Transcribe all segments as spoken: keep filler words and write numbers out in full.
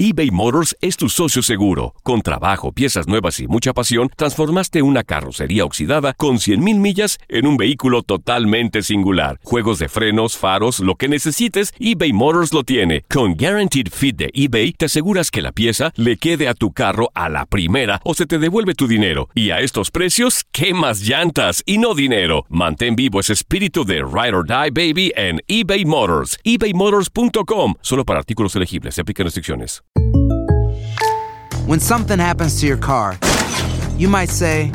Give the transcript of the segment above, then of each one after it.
eBay Motors es tu socio seguro. Con trabajo, piezas nuevas y mucha pasión, transformaste una carrocería oxidada con cien mil millas en un vehículo totalmente singular. Juegos de frenos, faros, lo que necesites, eBay Motors lo tiene. Con Guaranteed Fit de eBay, te aseguras que la pieza le quede a tu carro a la primera o se te devuelve tu dinero. Y a estos precios, ¿qué más llantas y no dinero? Mantén vivo ese espíritu de Ride or Die, baby, en eBay Motors. ebay motors punto com. Solo para artículos elegibles. Se aplican restricciones. When something happens to your car, you might say,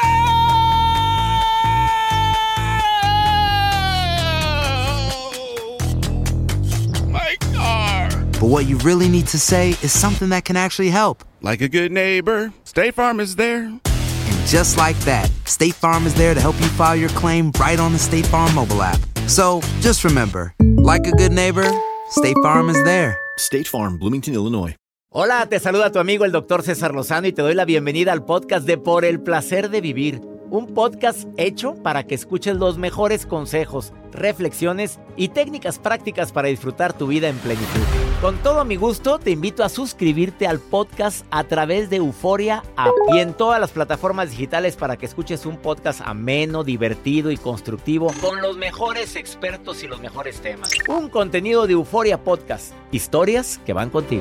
My car! but what you really need to say is something that can actually help. Like a good neighbor, State Farm is there. And just like that, State Farm is there to help you file your claim right on the State Farm mobile app. So just remember, like a good neighbor, State Farm is there. State Farm, Bloomington, Illinois. Hola, te saluda tu amigo el doctor César Lozano y te doy la bienvenida al podcast de Por el Placer de Vivir. Un podcast hecho para que escuches los mejores consejos, reflexiones y técnicas prácticas para disfrutar tu vida en plenitud. Con todo mi gusto, te invito a suscribirte al podcast a través de Euforia App y en todas las plataformas digitales para que escuches un podcast ameno, divertido y constructivo con los mejores expertos y los mejores temas. Un contenido de Euforia Podcast. Historias que van contigo.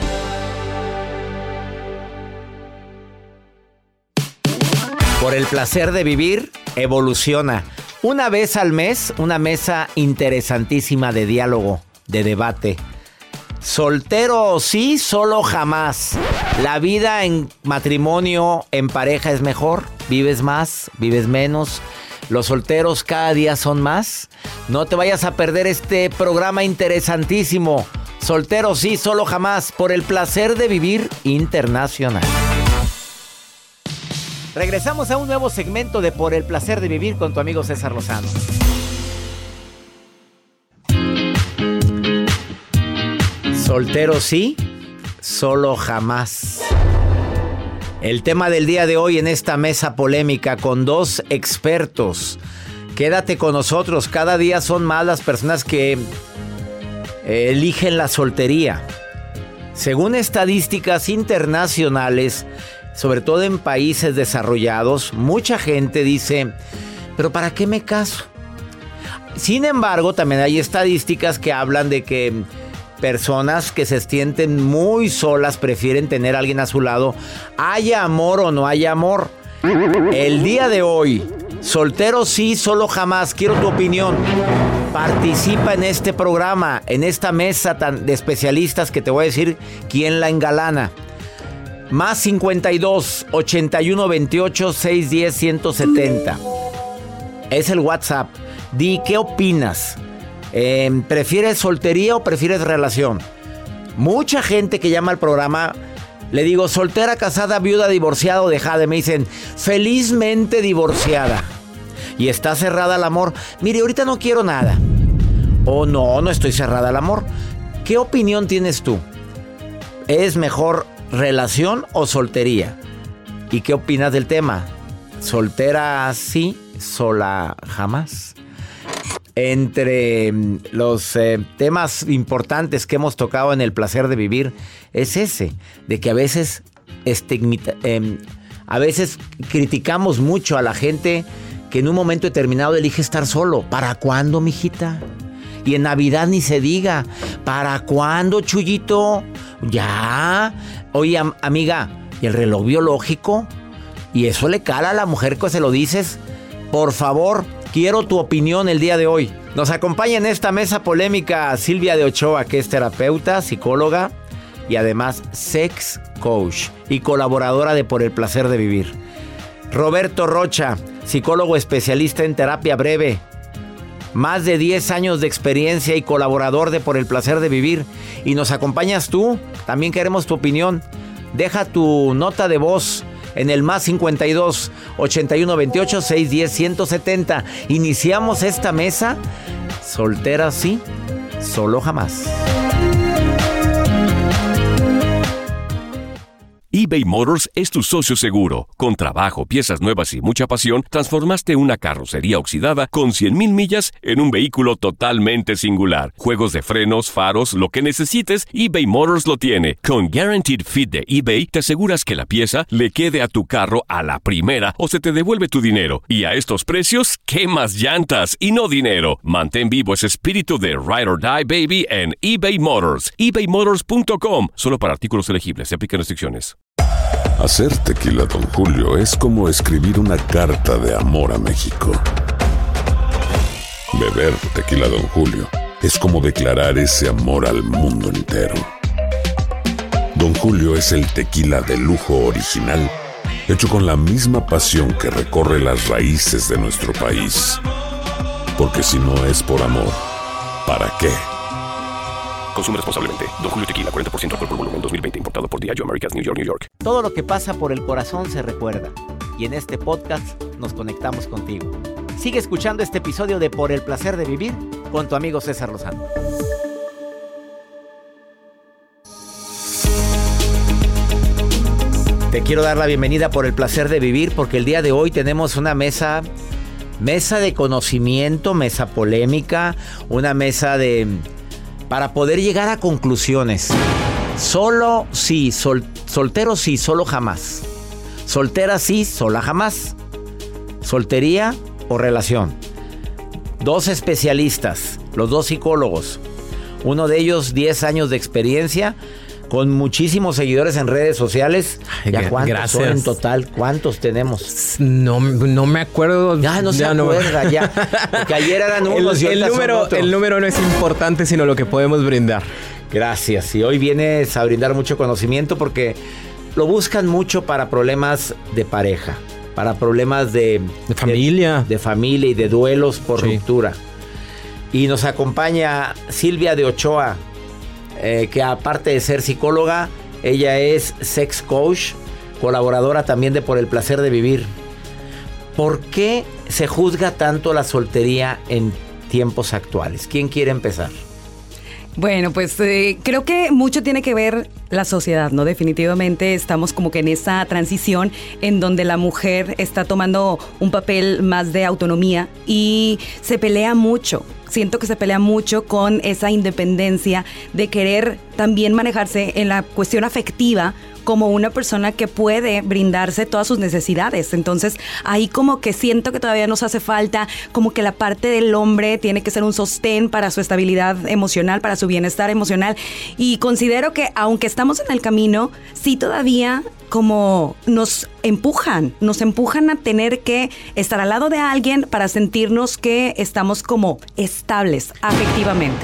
Por el placer de vivir, evoluciona. Una vez al mes, una mesa interesantísima de diálogo, de debate. Soltero sí, solo jamás. La vida en matrimonio, en pareja es mejor. Vives más, vives menos. Los solteros cada día son más. No te vayas a perder este programa interesantísimo. Soltero sí, solo jamás. Por el placer de vivir internacional. Regresamos a un nuevo segmento de Por el Placer de Vivir con tu amigo César Lozano. Soltero sí, solo jamás. El tema del día de hoy en esta mesa polémica con dos expertos. Quédate con nosotros, cada día son más las personas que eh, eligen la soltería. Según estadísticas internacionales, sobre todo en países desarrollados, mucha gente dice, ¿pero para qué me caso? Sin embargo, también hay estadísticas que hablan de que personas que se sienten muy solas prefieren tener a alguien a su lado, haya amor o no haya amor. El día de hoy, soltero sí, solo jamás, quiero tu opinión. Participa en este programa, en esta mesa tan de especialistas que te voy a decir quién la engalana. Más cincuenta y dos, ochenta y uno, veintiocho, seiscientos diez, ciento setenta. Es el WhatsApp. Di, ¿qué opinas? Eh, ¿Prefieres soltería o prefieres relación? Mucha gente que llama al programa, le digo, soltera, casada, viuda, divorciada o dejada. Me dicen, felizmente divorciada. Y está cerrada al amor. Mire, ahorita no quiero nada. O no, no estoy cerrada al amor. ¿Qué opinión tienes tú? ¿Es mejor relación o soltería? ¿Y qué opinas del tema? ¿Soltera sí, sola jamás? Entre los eh, temas importantes que hemos tocado en el placer de vivir es ese, de que a veces estigmita, eh, a veces criticamos mucho a la gente que en un momento determinado elige estar solo. ¿Para cuándo, mijita? Y en Navidad ni se diga. ¿Para cuándo, Chuyito? Ya. Oye, am- amiga, ¿y el reloj biológico? ¿Y eso le cala a la mujer que se lo dices? Por favor, quiero tu opinión el día de hoy. Nos acompaña en esta mesa polémica Silvia de Ochoa, que es terapeuta, psicóloga y además sex coach y colaboradora de Por el Placer de Vivir. Roberto Rocha, psicólogo especialista en terapia breve. Más de diez años de experiencia y colaborador de Por el Placer de Vivir. Y nos acompañas tú. También queremos tu opinión. Deja tu nota de voz en el más cincuenta y dos, ochenta y uno, veintiocho, seiscientos diez, ciento setenta. Iniciamos esta mesa. Soltera sí, solo jamás. eBay Motors es tu socio seguro. Con trabajo, piezas nuevas y mucha pasión, transformaste una carrocería oxidada con cien mil millas en un vehículo totalmente singular. Juegos de frenos, faros, lo que necesites, eBay Motors lo tiene. Con Guaranteed Fit de eBay, te aseguras que la pieza le quede a tu carro a la primera o se te devuelve tu dinero. Y a estos precios, ¿qué más llantas y no dinero? Mantén vivo ese espíritu de Ride or Die, baby, en eBay Motors. ebay motors punto com. Solo para artículos elegibles. Se aplican restricciones. Hacer tequila Don Julio es como escribir una carta de amor a México. Beber tequila Don Julio es como declarar ese amor al mundo entero. Don Julio es el tequila de lujo original, hecho con la misma pasión que recorre las raíces de nuestro país. Porque si no es por amor, ¿para qué? Consume responsablemente. Don Julio Tequila, cuarenta por ciento alcohol por volumen, dos mil veinte. Importado por Diageo Americas, New York, New York. Todo lo que pasa por el corazón se recuerda. Y en este podcast nos conectamos contigo. Sigue escuchando este episodio de Por el Placer de Vivir con tu amigo César Lozano. Te quiero dar la bienvenida por el placer de vivir porque el día de hoy tenemos una mesa, mesa de conocimiento, mesa polémica, una mesa de... para poder llegar a conclusiones. Solo sí, sol, soltero sí, solo jamás. Soltera sí, sola jamás. Soltería o relación. Dos especialistas, los dos psicólogos. Uno de ellos diez años de experiencia, con muchísimos seguidores en redes sociales. ¿Ya cuántos Gracias. son en total? ¿Cuántos tenemos? No, no me acuerdo. Ya no ya se no. acuerda, ya. Porque ayer eran unos el, y el número, son otros. El número no es importante, sino lo que podemos brindar. Gracias. Y hoy vienes a brindar mucho conocimiento porque lo buscan mucho para problemas de pareja, para problemas de... De familia. De, de familia y de duelos por sí. ruptura. Y nos acompaña Silvia de Ochoa, eh, que aparte de ser psicóloga, ella es sex coach, colaboradora también de Por el Placer de Vivir. ¿Por qué se juzga tanto la soltería en tiempos actuales? ¿Quién quiere empezar? Bueno, pues eh, creo que mucho tiene que ver la sociedad, ¿no? Definitivamente estamos como que en esa transición en donde la mujer está tomando un papel más de autonomía y se pelea mucho. Siento que se pelea mucho con esa independencia de querer también manejarse en la cuestión afectiva como una persona que puede brindarse todas sus necesidades. Entonces, ahí como que siento que todavía nos hace falta, como que la parte del hombre tiene que ser un sostén para su estabilidad emocional, para su bienestar emocional. Y considero que aunque estamos en el camino, sí todavía como nos empujan, nos empujan a tener que estar al lado de alguien para sentirnos que estamos como estables afectivamente.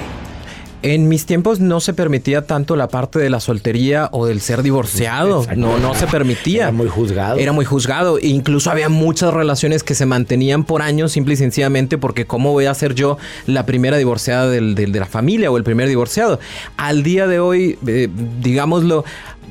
En mis tiempos no se permitía tanto la parte de la soltería o del ser divorciado. No, no se permitía. Era muy juzgado. Era muy juzgado. E incluso había muchas relaciones que se mantenían por años simple y sencillamente porque ¿cómo voy a ser yo la primera divorciada del, del, de la familia o el primer divorciado? Al día de hoy, eh, digámoslo,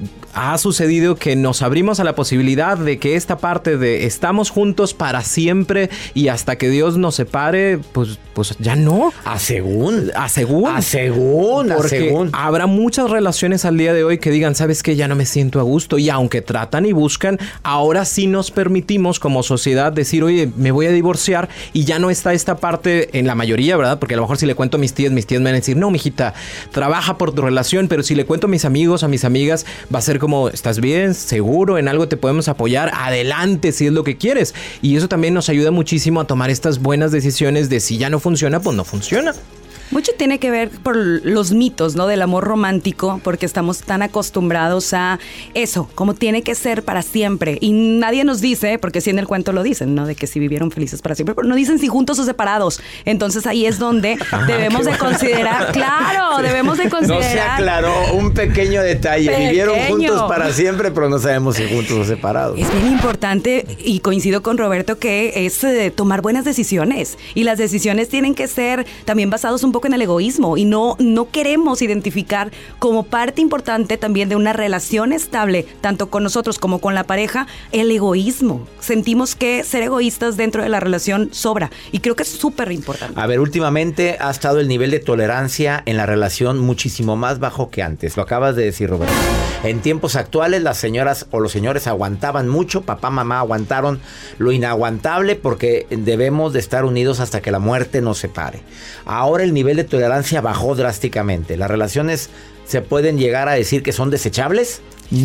ha sucedido que nos abrimos a la posibilidad de que esta parte de estamos juntos para siempre y hasta que Dios nos separe, pues, pues ya no. A según. A según. A según. Porque a según. habrá muchas relaciones al día de hoy que digan, ¿sabes qué? Ya no me siento a gusto. Y aunque tratan y buscan, ahora sí nos permitimos como sociedad decir, oye, me voy a divorciar y ya no está esta parte en la mayoría, ¿verdad? Porque a lo mejor si le cuento a mis tías, mis tías me van a decir, no, mijita, trabaja por tu relación, pero si le cuento a mis amigos, a mis amigas, va a ser como, ¿estás bien? ¿Seguro? ¿En algo te podemos apoyar? Adelante, si es lo que quieres. Y eso también nos ayuda muchísimo a tomar estas buenas decisiones de si ya no funciona, pues no funciona. Mucho tiene que ver por los mitos, ¿no? Del amor romántico, porque estamos tan acostumbrados a eso, como tiene que ser para siempre. Y nadie nos dice, porque sí en el cuento lo dicen, ¿no? De que si vivieron felices para siempre, pero no dicen si juntos o separados. Entonces ahí es donde ah, debemos de considerar, claro, sí. debemos de considerar. No se aclaró un pequeño detalle. Pequeño. Vivieron juntos para siempre, pero no sabemos si juntos o separados. Es bien importante, y coincido con Roberto, que es eh, tomar buenas decisiones. Y las decisiones tienen que ser también basadas un poco poco en el egoísmo y no, no queremos identificar como parte importante también de una relación estable, tanto con nosotros como con la pareja, el egoísmo. Sentimos que ser egoístas dentro de la relación sobra y creo que es súper importante. A ver, últimamente ha estado el nivel de tolerancia en la relación muchísimo más bajo que antes. Lo acabas de decir, Roberto. En tiempos actuales las señoras o los señores aguantaban mucho, papá, mamá aguantaron lo inaguantable porque debemos de estar unidos hasta que la muerte nos separe. Ahora el nivel de tolerancia bajó drásticamente. ¿Las relaciones se pueden llegar a decir que son desechables?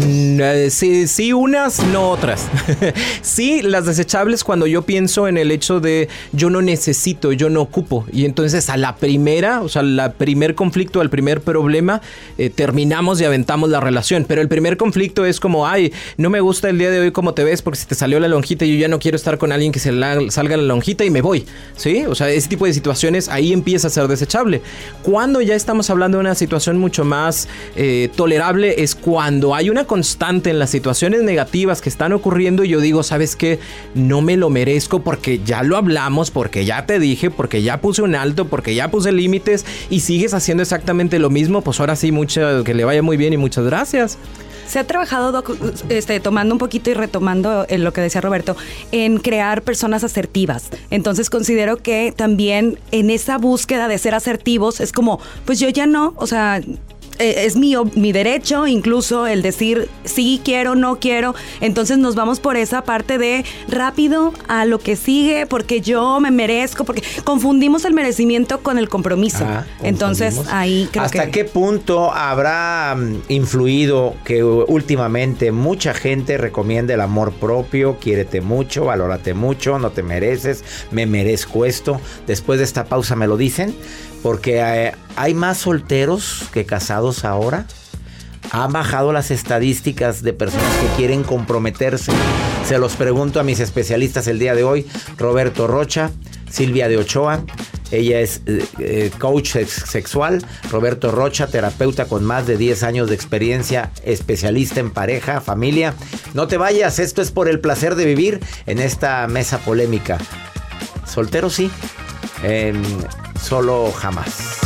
Sí, sí, unas, no otras. Sí, las desechables cuando yo pienso en el hecho de yo no necesito, yo no ocupo. Y entonces a la primera, o sea, al primer conflicto, al primer problema, eh, terminamos y aventamos la relación. Pero el primer conflicto es como, ay, no me gusta el día de hoy cómo te ves porque se te salió la lonjita y yo ya no quiero estar con alguien que se la, salga la lonjita y me voy. ¿Sí? O sea, ese tipo de situaciones ahí empieza a ser desechable. Cuando ya estamos hablando de una situación mucho más eh, tolerable es cuando hay una una constante en las situaciones negativas que están ocurriendo y yo digo, ¿sabes qué? No me lo merezco porque ya lo hablamos, porque ya te dije, porque ya puse un alto, porque ya puse límites y sigues haciendo exactamente lo mismo, pues ahora sí, mucha, que le vaya muy bien y muchas gracias. Se ha trabajado, doc, este, tomando un poquito y retomando en lo que decía Roberto, en crear personas asertivas. Entonces considero que también en esa búsqueda de ser asertivos es como, pues yo ya no, o sea... es mi, mi derecho incluso el decir sí quiero, no quiero. Entonces nos vamos por esa parte de rápido a lo que sigue porque yo me merezco, porque confundimos el merecimiento con el compromiso. Ah, entonces ahí creo ¿Hasta que... qué punto habrá um, influido que últimamente mucha gente recomienda el amor propio, quiérete mucho, valórate mucho, no te mereces, me merezco esto? Después de esta pausa me lo dicen. Porque eh, hay más solteros que casados ahora. Han bajado las estadísticas de personas que quieren comprometerse. Se los pregunto a mis especialistas el día de hoy. Roberto Rocha, Silvia de Ochoa. Ella es eh, coach sex- sexual. Roberto Rocha, terapeuta con más de diez años de experiencia, especialista en pareja, familia. No te vayas, esto es Por el Placer de Vivir en esta mesa polémica. Soltero sí. Eh, Solo jamás.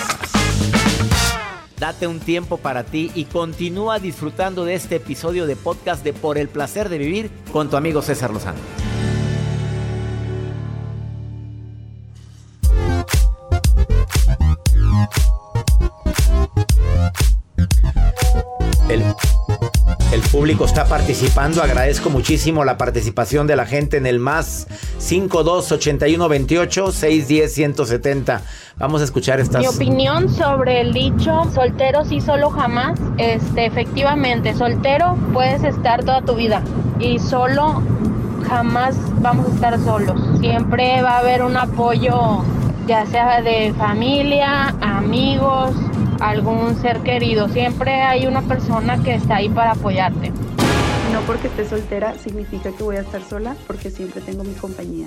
Date un tiempo para ti y continúa disfrutando de este episodio de podcast de Por el Placer de Vivir con tu amigo César Lozano. El, el público está participando. Agradezco muchísimo la participación de la gente en el más cinco dos ochenta y uno veintiocho seiscientos diez ciento setenta. Vamos a escuchar estas. Mi opinión sobre el dicho soltero sí, solo jamás. Este, efectivamente, soltero puedes estar toda tu vida y solo jamás vamos a estar solos. Siempre va a haber un apoyo, ya sea de familia, amigos, algún ser querido. Siempre hay una persona que está ahí para apoyarte. No porque esté soltera significa que voy a estar sola, porque siempre tengo mi compañía.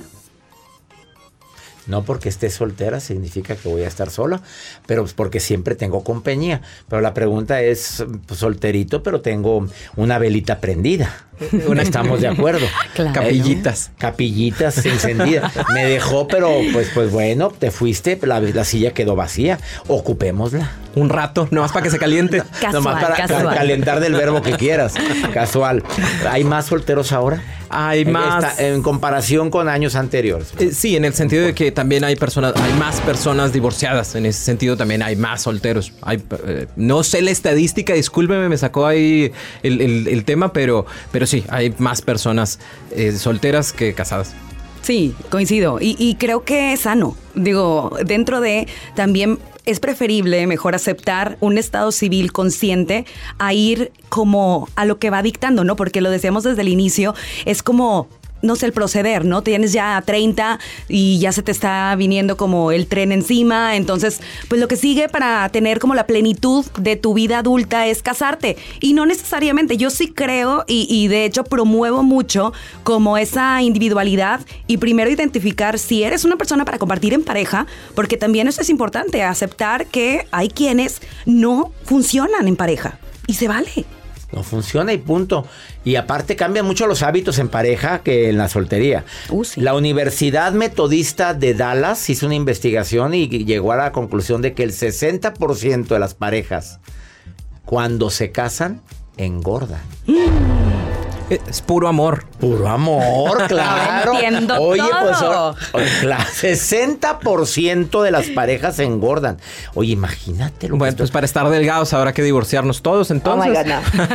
No porque esté soltera significa que voy a estar sola, pero porque siempre tengo compañía. Pero la pregunta es, pues, solterito, pero tengo una velita prendida. Estamos de acuerdo. Claro. Capillitas. Eh, capillitas encendidas. Me dejó, pero pues, pues bueno, te fuiste, la, la silla quedó vacía. Ocupémosla. Un rato, nomás para que se caliente. Casual, nomás para casual. calentar del verbo que quieras. Casual. ¿Hay más solteros ahora? Hay más. Esta, en comparación con años anteriores. Eh, sí, en el sentido de que también hay personas, hay más personas divorciadas. En ese sentido también hay más solteros. Hay, eh, no sé la estadística, discúlpeme, me sacó ahí el, el, el tema, pero, pero sí, hay más personas eh, solteras que casadas. Sí, coincido. Y, y creo que es sano. Digo, dentro de también es preferible mejor aceptar un estado civil consciente a ir como a lo que va dictando, ¿no? Porque lo decíamos desde el inicio, es como... no sé, el proceder, ¿no? Tienes ya treinta y ya se te está viniendo como el tren encima. Entonces, pues lo que sigue para tener como la plenitud de tu vida adulta es casarte. Y no necesariamente, yo sí creo y, y de hecho promuevo mucho como esa individualidad y primero identificar si eres una persona para compartir en pareja, porque también eso es importante, aceptar que hay quienes no funcionan en pareja y se vale. No funciona y punto. Y aparte cambian mucho los hábitos en pareja que en la soltería. Uh, sí. La Universidad Metodista de Dallas hizo una investigación y llegó a la conclusión de que el sesenta por ciento de las parejas, cuando se casan, engordan. Es puro amor. Puro amor, claro. Entiendo Oye, todo. pues claro, sesenta por ciento de las parejas engordan. Oye, imagínate lo Bueno, que pues para estar delgados habrá que divorciarnos todos entonces. Oh my God, no.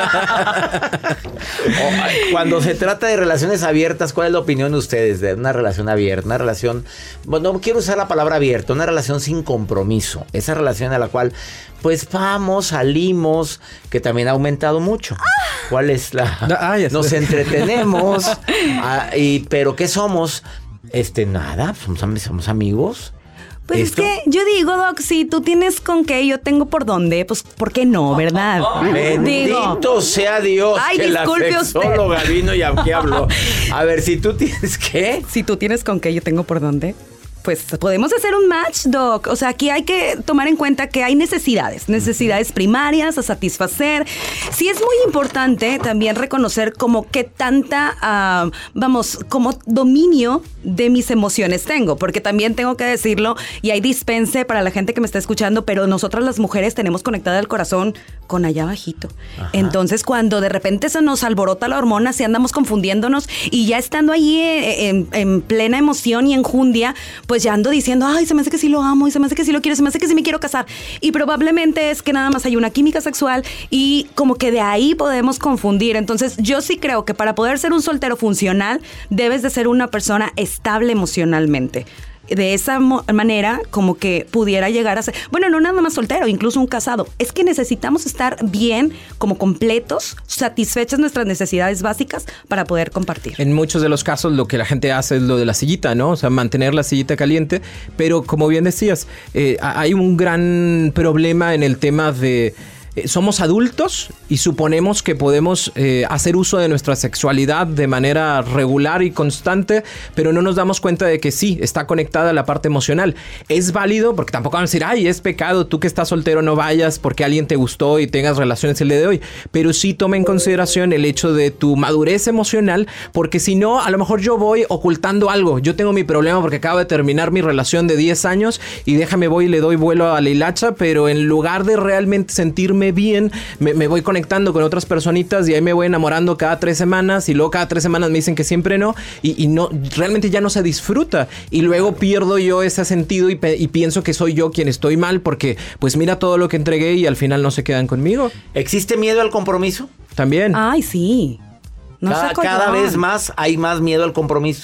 Cuando se trata de relaciones abiertas, ¿cuál es la opinión de ustedes de una relación abierta? Una relación, bueno, no quiero usar la palabra abierta, una relación sin compromiso. Esa relación a la cual, pues vamos, salimos, que también ha aumentado mucho. ¿Cuál es la...? Ah, ya sé. Nos entretenemos, ah, y, pero ¿qué somos? Este, nada, somos, am- somos amigos. Pues ¿Esto? es que yo digo, Doc, si tú tienes con qué, yo tengo por dónde, pues ¿por qué no, verdad? Bendito Digo, sea Dios. Ay, que la disculpe usted. sexóloga vino y aquí habló. A ver, si tú tienes qué. si tú tienes con qué, yo tengo por dónde. Pues podemos hacer un match, Doc. O sea, aquí hay que tomar en cuenta que hay necesidades, necesidades primarias a satisfacer. Sí es muy importante también reconocer como qué tanta, uh, vamos, como dominio de mis emociones tengo, porque también tengo que decirlo, y hay dispense para la gente que me está escuchando, pero nosotras las mujeres tenemos conectada el corazón con allá abajito. Ajá. Entonces, cuando de repente se nos alborota la hormona, si andamos confundiéndonos y ya estando allí en, en plena emoción y enjundia, pues ya ando diciendo, ay, se me hace que sí lo amo, y se me hace que sí lo quiero, se me hace que sí me quiero casar. Y probablemente es que nada más hay una química sexual y como que de ahí podemos confundir. Entonces, yo sí creo que para poder ser un soltero funcional, debes de ser una persona estable emocionalmente. De esa mo- manera, como que pudiera llegar a ser, bueno, no nada más soltero, incluso un casado. Es que necesitamos estar bien, como completos, satisfechas nuestras necesidades básicas para poder compartir. En muchos de los casos lo que la gente hace es lo de la sillita, ¿no? O sea, mantener la sillita caliente. Pero como bien decías, eh, hay un gran problema en el tema de... Somos adultos y suponemos que podemos eh, hacer uso de nuestra sexualidad de manera regular y constante, pero no nos damos cuenta de que sí, está conectada a la parte emocional. Es válido, porque tampoco van a decir, ay, es pecado, tú que estás soltero no vayas porque alguien te gustó y tengas relaciones el día de hoy. Pero sí toma en consideración el hecho de tu madurez emocional, porque si no, a lo mejor yo voy ocultando algo. Yo tengo mi problema porque acabo de terminar mi relación de diez años y déjame voy y le doy vuelo a la hilacha, pero en lugar de realmente sentirme bien, me, me voy conectando con otras personitas y ahí me voy enamorando cada tres semanas y luego cada tres semanas me dicen que siempre no y, y no, realmente ya no se disfruta y luego pierdo yo ese sentido y, pe- y pienso que soy yo quien estoy mal porque pues mira todo lo que entregué y al final no se quedan conmigo. ¿Existe miedo al compromiso? También. Ay, sí. No cada, sé cada vez más hay más miedo al compromiso.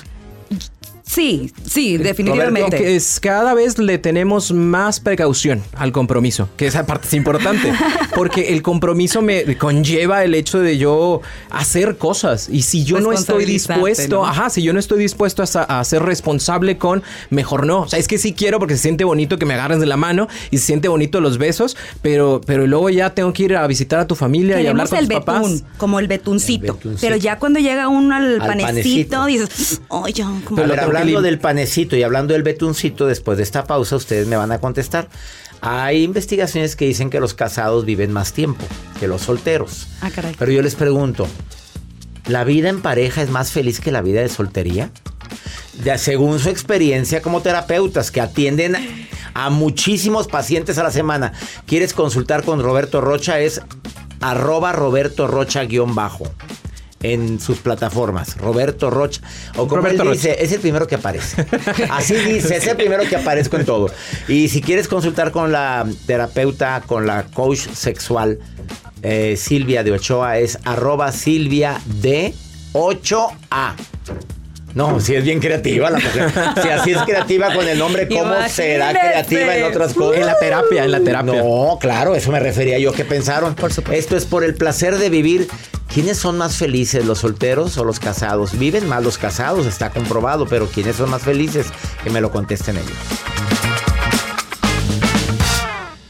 Sí, sí, definitivamente. Roberto, que es, cada vez le tenemos más precaución al compromiso, que esa parte es importante, porque el compromiso me conlleva el hecho de yo hacer cosas y si yo no estoy dispuesto, ¿no? ajá, si yo no estoy dispuesto a, a ser responsable con, mejor no. O sea, es que sí quiero porque se siente bonito que me agarres de la mano y se siente bonito los besos, pero, pero luego ya tengo que ir a visitar a tu familia Queremos y hablar con el tus betún, papás. Como el betuncito. El betuncito. Pero ya cuando llega uno al, Al panecito, panecito. dices, ay, ya, como A ver, tengo que hablando lim- del panecito y hablando del betuncito, después de esta pausa ustedes me van a contestar. Hay investigaciones que dicen que los casados viven más tiempo que los solteros. Ah, caray. Pero yo les pregunto, ¿la vida en pareja es más feliz que la vida de soltería? Ya, según su experiencia como terapeutas que atienden a muchísimos pacientes a la semana. ¿Quieres consultar con Roberto Rocha? Es arroba Roberto Rocha guión bajo. En sus plataformas, Roberto Rocha. O como Roberto él Rocha. dice, es el primero que aparece. Así dice, es el primero que aparezco en todo. Y si quieres consultar con la terapeuta, con la coach sexual, eh, Silvia de Ochoa, es arroba Silvia de ocho a. No, si es bien creativa la mujer. Si así es creativa con el nombre, ¿cómo será Imagínese. creativa en otras cosas? En la terapia, en la terapia. No, claro, eso me refería yo. ¿Qué pensaron? Por supuesto. Esto es por el placer de vivir. ¿Quiénes son más felices, los solteros o los casados? Viven más los casados, está comprobado, pero ¿quiénes son más felices? Que me lo contesten ellos. eBay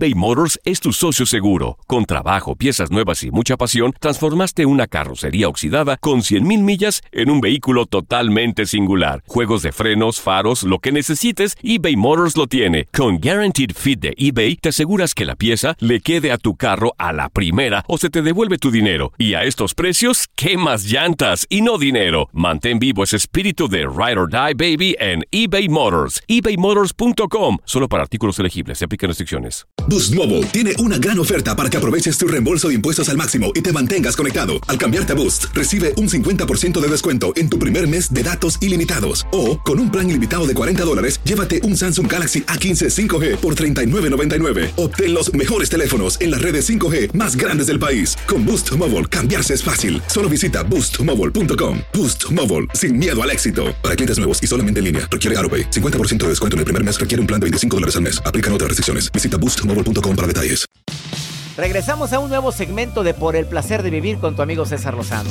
eBay Motors es tu socio seguro. Con trabajo, piezas nuevas y mucha pasión, transformaste una carrocería oxidada con cien mil millas en un vehículo totalmente singular. Juegos de frenos, faros, lo que necesites, eBay Motors lo tiene. Con Guaranteed Fit de eBay, te aseguras que la pieza le quede a tu carro a la primera o se te devuelve tu dinero. Y a estos precios, ¿qué más llantas y no dinero? Mantén vivo ese espíritu de Ride or Die, baby, en eBay Motors. ebay motors punto com. Solo para artículos elegibles. Se aplican restricciones. Boost Mobile tiene una gran oferta para que aproveches tu reembolso de impuestos al máximo y te mantengas conectado. Al cambiarte a Boost, recibe un cincuenta por ciento de descuento en tu primer mes de datos ilimitados. O, con un plan ilimitado de cuarenta dólares, llévate un Samsung Galaxy A quince cinco G por treinta y nueve noventa y nueve. Obtén los mejores teléfonos en las redes cinco G más grandes del país. Con Boost Mobile, cambiarse es fácil. Solo visita boost mobile punto com. Boost Mobile, sin miedo al éxito. Para clientes nuevos y solamente en línea, requiere AutoPay. cincuenta por ciento de descuento en el primer mes requiere un plan de veinticinco dólares al mes. Aplican otras restricciones. Visita boost mobile punto com para detalles. Regresamos a un nuevo segmento de Por el placer de vivir con tu amigo César Lozano.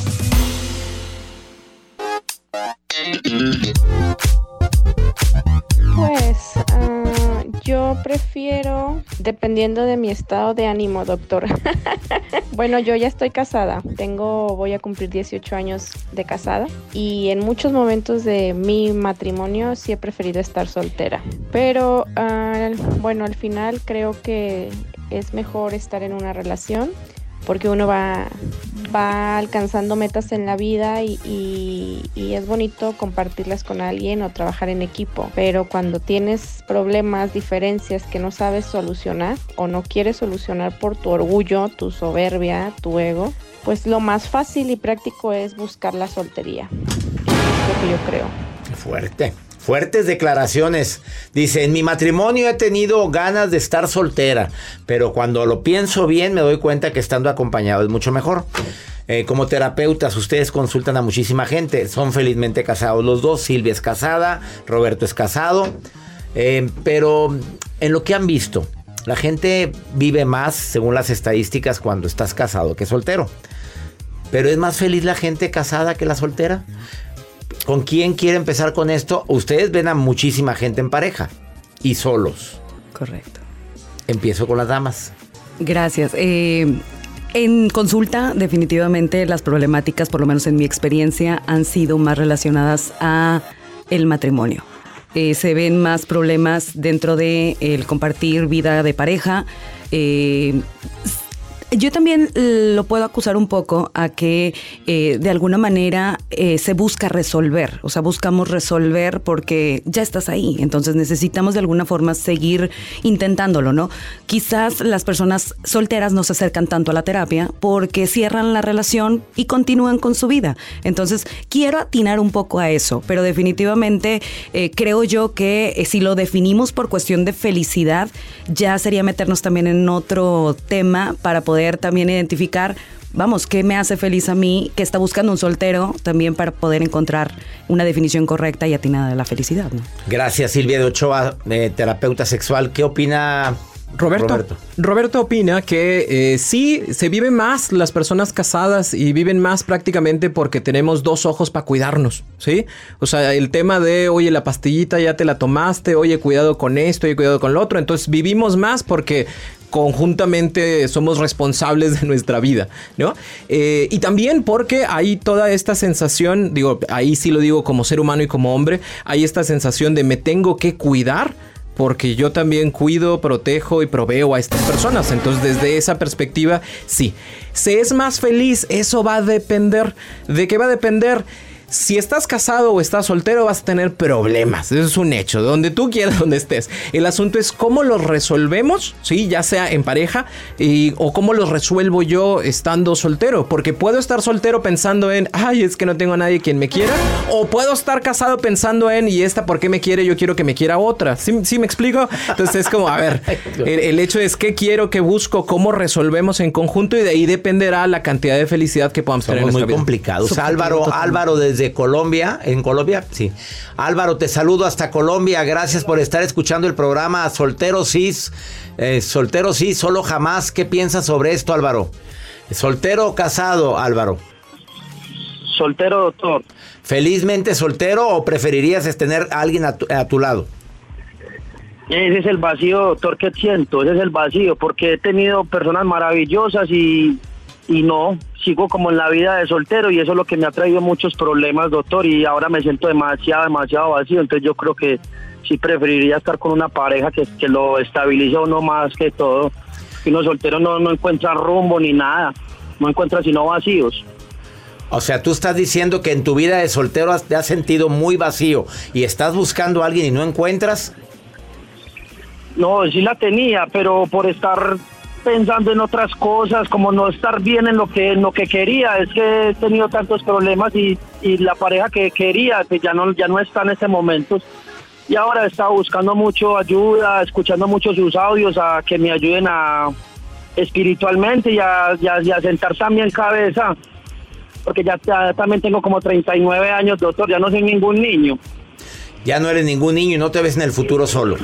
Pues uh, yo prefiero, dependiendo de mi estado de ánimo, doctor. Bueno, yo ya estoy casada, tengo, voy a cumplir dieciocho años de casada y en muchos momentos de mi matrimonio sí he preferido estar soltera. Pero uh, bueno, al final creo que es mejor estar en una relación porque uno va, va alcanzando metas en la vida y, y, y es bonito compartirlas con alguien o trabajar en equipo. Pero cuando tienes problemas, diferencias que no sabes solucionar o no quieres solucionar por tu orgullo, tu soberbia, tu ego, pues lo más fácil y práctico es buscar la soltería. Es lo que yo creo. Fuerte. Fuertes declaraciones. Dice, en mi matrimonio he tenido ganas de estar soltera, pero cuando lo pienso bien me doy cuenta que estando acompañado es mucho mejor. Eh, como terapeutas, ustedes consultan a muchísima gente. Son felizmente casados los dos. Silvia es casada, Roberto es casado. Eh, pero en lo que han visto, la gente vive más, según las estadísticas, cuando estás casado que soltero. Pero ¿es más feliz la gente casada que la soltera? ¿Con quién quiere empezar con esto? Ustedes ven a muchísima gente en pareja y solos. Correcto. Empiezo con las damas. Gracias. Eh, en consulta, definitivamente las problemáticas, por lo menos en mi experiencia, han sido más relacionadas a el matrimonio. Eh, se ven más problemas dentro de el compartir vida de pareja. Eh, Yo también lo puedo acusar un poco a que eh, de alguna manera eh, se busca resolver, o sea, buscamos resolver porque ya estás ahí, entonces necesitamos de alguna forma seguir intentándolo, ¿no? Quizás las personas solteras no se acercan tanto a la terapia porque cierran la relación y continúan con su vida, entonces quiero atinar un poco a eso, pero definitivamente eh, creo yo que eh, si lo definimos por cuestión de felicidad, ya sería meternos también en otro tema para poder también identificar, vamos, qué me hace feliz a mí, qué está buscando un soltero, también para poder encontrar una definición correcta y atinada de la felicidad, ¿no? Gracias, Silvia de Ochoa, eh, terapeuta sexual. ¿Qué opina Roberto? Roberto, Roberto opina que eh, sí, se viven más las personas casadas y viven más prácticamente porque tenemos dos ojos para cuidarnos, ¿sí? O sea, el tema de, oye, la pastillita ya te la tomaste, oye, cuidado con esto, oye, cuidado con lo otro. Entonces vivimos más porque conjuntamente somos responsables de nuestra vida, ¿no? Eh, y también porque hay toda esta sensación, digo, ahí sí lo digo como ser humano y como hombre, hay esta sensación de me tengo que cuidar porque yo también cuido, protejo y proveo a estas personas. Entonces, desde esa perspectiva, sí. ¿Se es más feliz? Eso va a depender. ¿De qué va a depender? Si estás casado o estás soltero vas a tener problemas, eso es un hecho, donde tú quieras, donde estés. El asunto es cómo los resolvemos, ¿sí? Ya sea en pareja y, o cómo los resuelvo yo estando soltero, porque puedo estar soltero pensando en, ay, es que no tengo a nadie quien me quiera, o puedo estar casado pensando en, y esta, ¿por qué me quiere? Yo quiero que me quiera otra, ¿sí, sí me explico? Entonces es como, a ver, el, el hecho es qué quiero, qué busco, cómo resolvemos en conjunto y de ahí dependerá la cantidad de felicidad que podamos tener en nuestra vida. Somos muy complicados. Álvaro, Álvaro desde de Colombia, en Colombia, sí. Álvaro, te saludo hasta Colombia, gracias por estar escuchando el programa Soltero Cis, eh, Soltero Cis, solo jamás. ¿Qué piensas sobre esto, Álvaro? ¿Soltero o casado, Álvaro? Soltero, doctor. ¿Felizmente soltero o preferirías tener a alguien a tu, a tu lado? Ese es el vacío, doctor, que siento, ese es el vacío, porque he tenido personas maravillosas y, y no, sigo como en la vida de soltero y eso es lo que me ha traído muchos problemas, doctor, y ahora me siento demasiado, demasiado vacío, entonces yo creo que sí preferiría estar con una pareja que, que lo estabilice uno más que todo. Que uno soltero no, no encuentra rumbo ni nada, no encuentra sino vacíos. O sea, tú estás diciendo que en tu vida de soltero has- te has sentido muy vacío y estás buscando a alguien y no encuentras. No, sí la tenía, pero por estar pensando en otras cosas, como no estar bien en lo que en lo que quería, es que he tenido tantos problemas y, y la pareja que quería, que ya no, ya no está en ese momento. Y ahora he estado buscando mucho ayuda, escuchando mucho sus audios a que me ayuden a espiritualmente y a, y a, y a sentar también cabeza, porque ya, ya también tengo como treinta y nueve años, doctor, ya no soy ningún niño. Ya no eres ningún niño y no te ves en el futuro solo.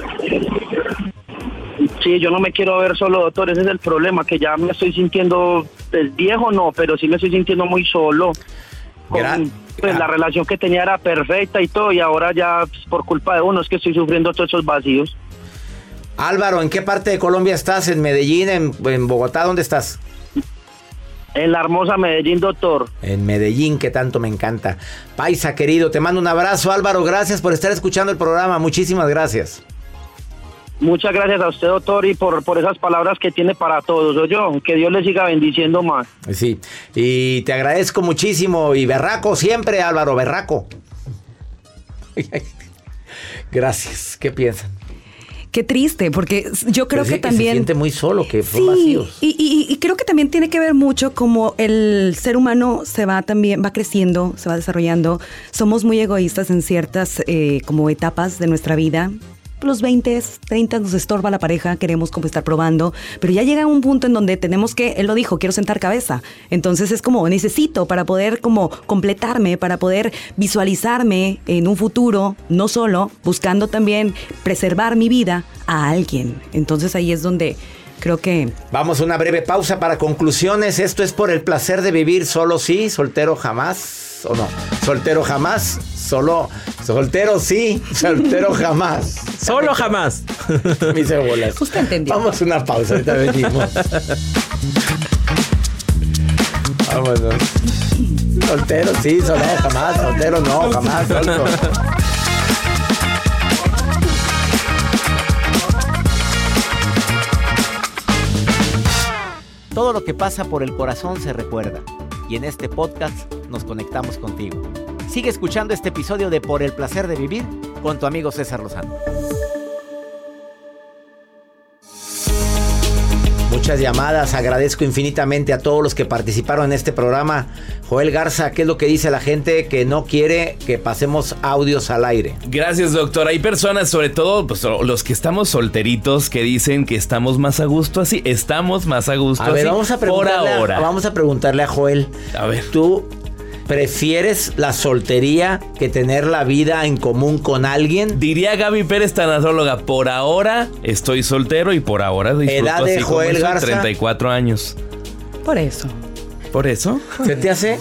Sí, yo no me quiero ver solo, doctor, ese es el problema, que ya me estoy sintiendo, pues, viejo no, pero sí me estoy sintiendo muy solo. Con, Gran- pues, la relación que tenía era perfecta y todo, y ahora ya pues, por culpa de uno es que estoy sufriendo todos esos vacíos. Álvaro, ¿en qué parte de Colombia estás? ¿En Medellín? ¿En, en Bogotá? ¿Dónde estás? En la hermosa Medellín, doctor. En Medellín, que tanto me encanta. Paisa, querido, te mando un abrazo. Álvaro, gracias por estar escuchando el programa. Muchísimas gracias. Muchas gracias a usted, doctor, y por, por esas palabras que tiene para todos, ¿o yo? Que Dios le siga bendiciendo más. Sí, y te agradezco muchísimo. Y berraco siempre, Álvaro, berraco. Gracias. ¿Qué piensan? Qué triste, porque yo creo Pues sí, que también... se siente muy solo, que son Sí, vacíos. y, y- y creo que también tiene que ver mucho como el ser humano se va también, va creciendo, se va desarrollando. Somos muy egoístas en ciertas eh, como etapas de nuestra vida. Los veinte, treinta nos estorba la pareja, queremos como estar probando, pero ya llega un punto en donde tenemos que, él lo dijo, quiero sentar cabeza. Entonces es como, necesito para poder como completarme, para poder visualizarme en un futuro, no solo, buscando también preservar mi vida a alguien. Entonces ahí es donde creo que... Vamos a una breve pausa para conclusiones. Esto es por el placer de vivir solo sí, soltero jamás. ¿O no? Soltero jamás, solo... Soltero sí, soltero jamás. Solo jamás. Mis cebolas. Usted entendió. Vamos a una pausa, ahorita venimos. Vámonos. Soltero sí, solo jamás, soltero no, jamás. Soltero. Todo lo que pasa por el corazón se recuerda. Y en este podcast nos conectamos contigo. Sigue escuchando este episodio de Por el placer de vivir con tu amigo César Lozano. Muchas llamadas, agradezco infinitamente a todos los que participaron en este programa. Joel Garza, ¿qué es lo que dice la gente que no quiere que pasemos audios al aire? Gracias, doctor. Hay personas, sobre todo pues, los que estamos solteritos, que dicen que estamos más a gusto así. Estamos más a gusto A ver, así vamos a por preguntarle ahora. A, vamos a preguntarle a Joel. A ver. ¿Tú prefieres la soltería que tener la vida en común con alguien? Diría Gaby Pérez, tanatróloga, por ahora estoy soltero y por ahora disfruto Edad de así como Joel estoy, Garza. treinta y cuatro años. Por eso. ¿Por eso? ¿Se te hace?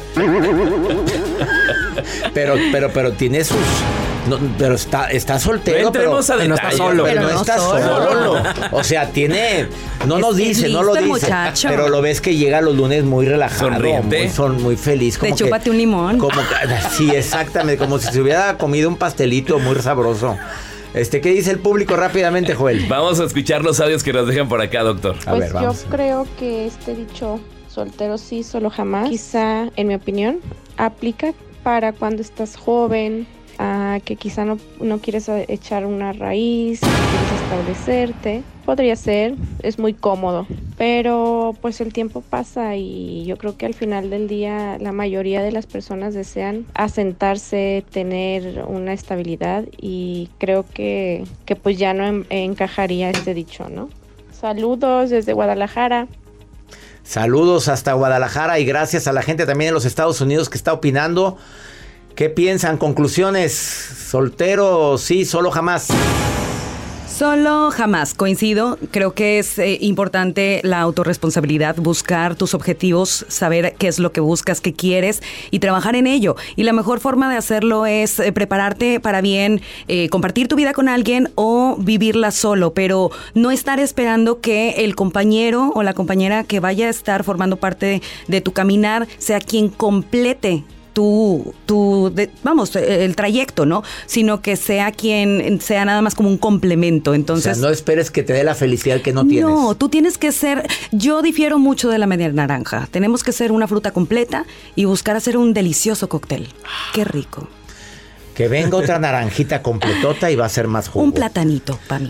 pero, pero, pero tiene sus... No, pero está, está soltero, No entremos pero, a pero no detalle, está solo. pero Pero no no está solo. solo. O sea, tiene... No Es nos que dice, no listo lo el dice. muchacho. Pero lo ves que llega los lunes muy relajado. Sonriente. Muy, son muy feliz. Te Como que, chúpate un limón. como que- sí, exactamente. Como si se hubiera comido un pastelito muy sabroso. Este, ¿qué dice el público rápidamente, Joel? Vamos a escuchar los audios que nos dejan por acá, doctor. A Pues ver, vamos. yo creo que este dicho, soltero sí, solo jamás, quizá, en mi opinión, aplica para cuando estás joven, ah, que quizá no, no quieres eh, echar una raíz, no quieres establecerte. Podría ser, es muy cómodo, pero pues el tiempo pasa y yo creo que al final del día la mayoría de las personas desean asentarse, tener una estabilidad y creo que, que pues ya no en- encajaría este dicho, ¿no? Saludos desde Guadalajara. Saludos hasta Guadalajara y gracias a la gente también en los Estados Unidos que está opinando. ¿Qué piensan? Conclusiones. Soltero, sí, solo jamás. Solo jamás, coincido. Creo que es eh, importante la autorresponsabilidad, buscar tus objetivos, saber qué es lo que buscas, qué quieres y trabajar en ello. Y la mejor forma de hacerlo es eh, prepararte para bien eh, compartir tu vida con alguien o vivirla solo, pero no estar esperando que el compañero o la compañera que vaya a estar formando parte de, de tu caminar sea quien complete tu, tu de, vamos, el trayecto, ¿no? Sino que sea quien sea nada más como un complemento. Entonces, o sea, no esperes que te dé la felicidad que no tienes. No, tú tienes que ser, yo difiero mucho de la media naranja. Tenemos que ser una fruta completa y buscar hacer un delicioso cóctel. Qué rico. Que venga otra naranjita completota y va a ser más jugo. Un platanito para mí.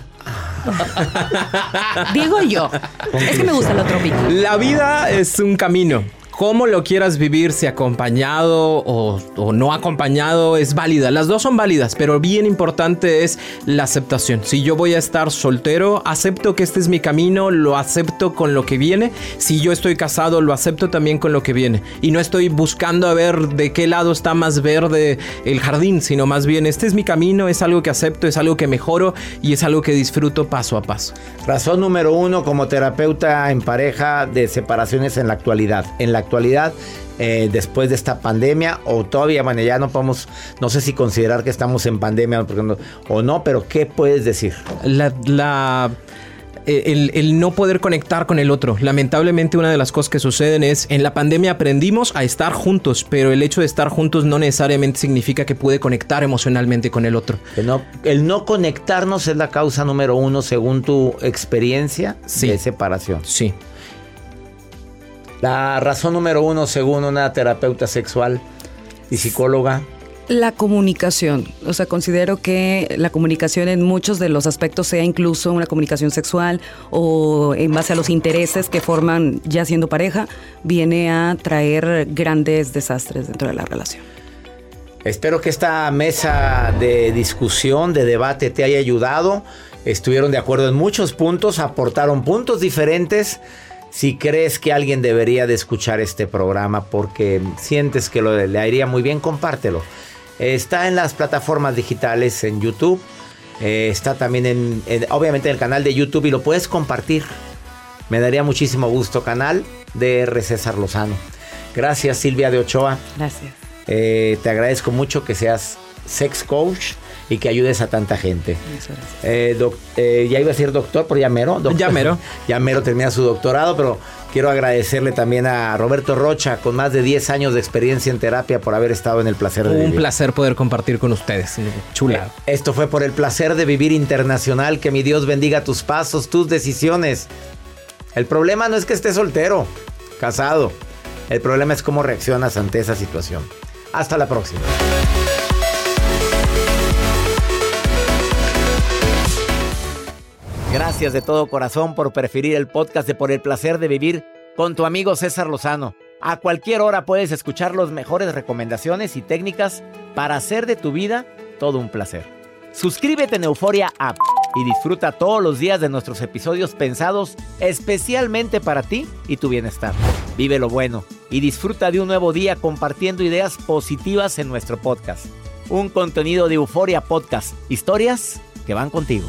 Digo yo. Es que me gusta lo tropical. La vida es un camino. Cómo lo quieras vivir, si acompañado o, o no acompañado, es válida. Las dos son válidas, pero bien importante es la aceptación. Si yo voy a estar soltero, acepto que este es mi camino, lo acepto con lo que viene. Si yo estoy casado, lo acepto también con lo que viene. Y no estoy buscando a ver de qué lado está más verde el jardín, sino más bien este es mi camino, es algo que acepto, es algo que mejoro y es algo que disfruto paso a paso. Razón número uno como terapeuta en pareja de separaciones en la actualidad. En la actualidad, eh, después de esta pandemia, o todavía, bueno, ya no podemos, no sé si considerar que estamos en pandemia porque no, o no, pero ¿qué puedes decir? La, la, el, el no poder conectar con el otro. Lamentablemente, una de las cosas que suceden es, en la pandemia aprendimos a estar juntos, pero el hecho de estar juntos no necesariamente significa que pude conectar emocionalmente con el otro. El no, el no conectarnos es la causa número uno según tu experiencia sí. de separación. Sí. La razón número uno, según una terapeuta sexual y psicóloga. La comunicación. O sea, considero que la comunicación en muchos de los aspectos, sea incluso una comunicación sexual o en base a los intereses que forman ya siendo pareja, viene a traer grandes desastres dentro de la relación. Espero que esta mesa de discusión, de debate te haya ayudado. Estuvieron de acuerdo en muchos puntos, aportaron puntos diferentes. Si crees que alguien debería de escuchar este programa porque sientes que lo, le haría muy bien, compártelo. Está en las plataformas digitales, en YouTube. Eh, está también en, en, obviamente, en el canal de YouTube y lo puedes compartir. Me daría muchísimo gusto. Canal de R. César Lozano. Gracias, Silvia de Ochoa. Gracias. Eh, te agradezco mucho que seas sex coach y que ayudes a tanta gente. Muchas gracias. Eh, doc, eh, ya iba a ser doctor, pero ya mero. Doctor, ya mero. Ya mero termina su doctorado, pero quiero agradecerle también a Roberto Rocha, con más de diez años de experiencia en terapia, por haber estado en El Placer de Un Vivir. Un placer poder compartir con ustedes. Chula. Eh, esto fue por El Placer de Vivir Internacional. Que mi Dios bendiga tus pasos, tus decisiones. El problema no es que estés soltero, casado. El problema es cómo reaccionas ante esa situación. Hasta la próxima. Gracias de todo corazón por preferir el podcast de Por el Placer de Vivir con tu amigo César Lozano. A cualquier hora puedes escuchar las mejores recomendaciones y técnicas para hacer de tu vida todo un placer. Suscríbete en Euforia App y disfruta todos los días de nuestros episodios pensados especialmente para ti y tu bienestar. Vive lo bueno y disfruta de un nuevo día compartiendo ideas positivas en nuestro podcast. Un contenido de Euforia Podcast. Historias que van contigo.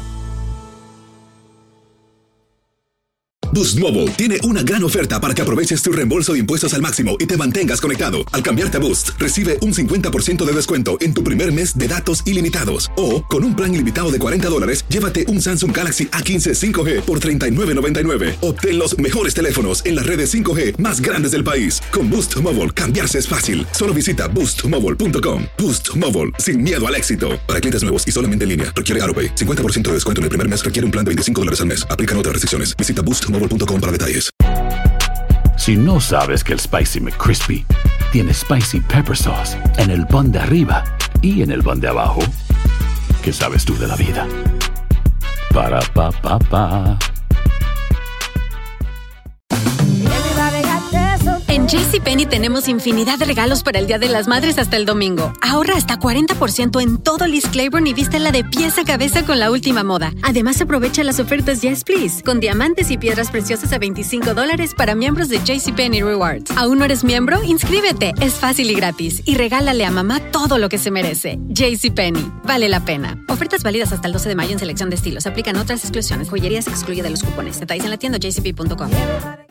Boost Mobile tiene una gran oferta para que aproveches tu reembolso de impuestos al máximo y te mantengas conectado. Al cambiarte a Boost, recibe un cincuenta por ciento de descuento en tu primer mes de datos ilimitados. O, con un plan ilimitado de cuarenta dólares, llévate un Samsung Galaxy A quince cinco G por treinta y nueve noventa y nueve. Obtén los mejores teléfonos en las redes cinco G más grandes del país. Con Boost Mobile, cambiarse es fácil. Solo visita boost mobile punto com. Boost Mobile, sin miedo al éxito. Para clientes nuevos y solamente en línea, requiere AutoPay. cincuenta por ciento de descuento en el primer mes requiere un plan de veinticinco dólares al mes. Aplican otras restricciones. Visita boost mobile punto com para detalles. Si no sabes que el Spicy McCrispy tiene Spicy Pepper Sauce en el pan de arriba y en el pan de abajo, ¿qué sabes tú de la vida? Para, pa, pa, pa. En En JCPenney tenemos infinidad de regalos para el Día de las Madres hasta el domingo. Ahorra hasta cuarenta por ciento en todo Liz Claiborne y vístela de pies a cabeza con la última moda. Además, aprovecha las ofertas Yes Please, con diamantes y piedras preciosas a veinticinco dólares para miembros de JCPenney Rewards. ¿Aún no eres miembro? Inscríbete. Es fácil y gratis. Y regálale a mamá todo lo que se merece. JCPenney. Vale la pena. Ofertas válidas hasta el doce de mayo en selección de estilos. Aplican otras exclusiones. Joyerías excluye de los cupones. Detalles en la tienda j c p punto com.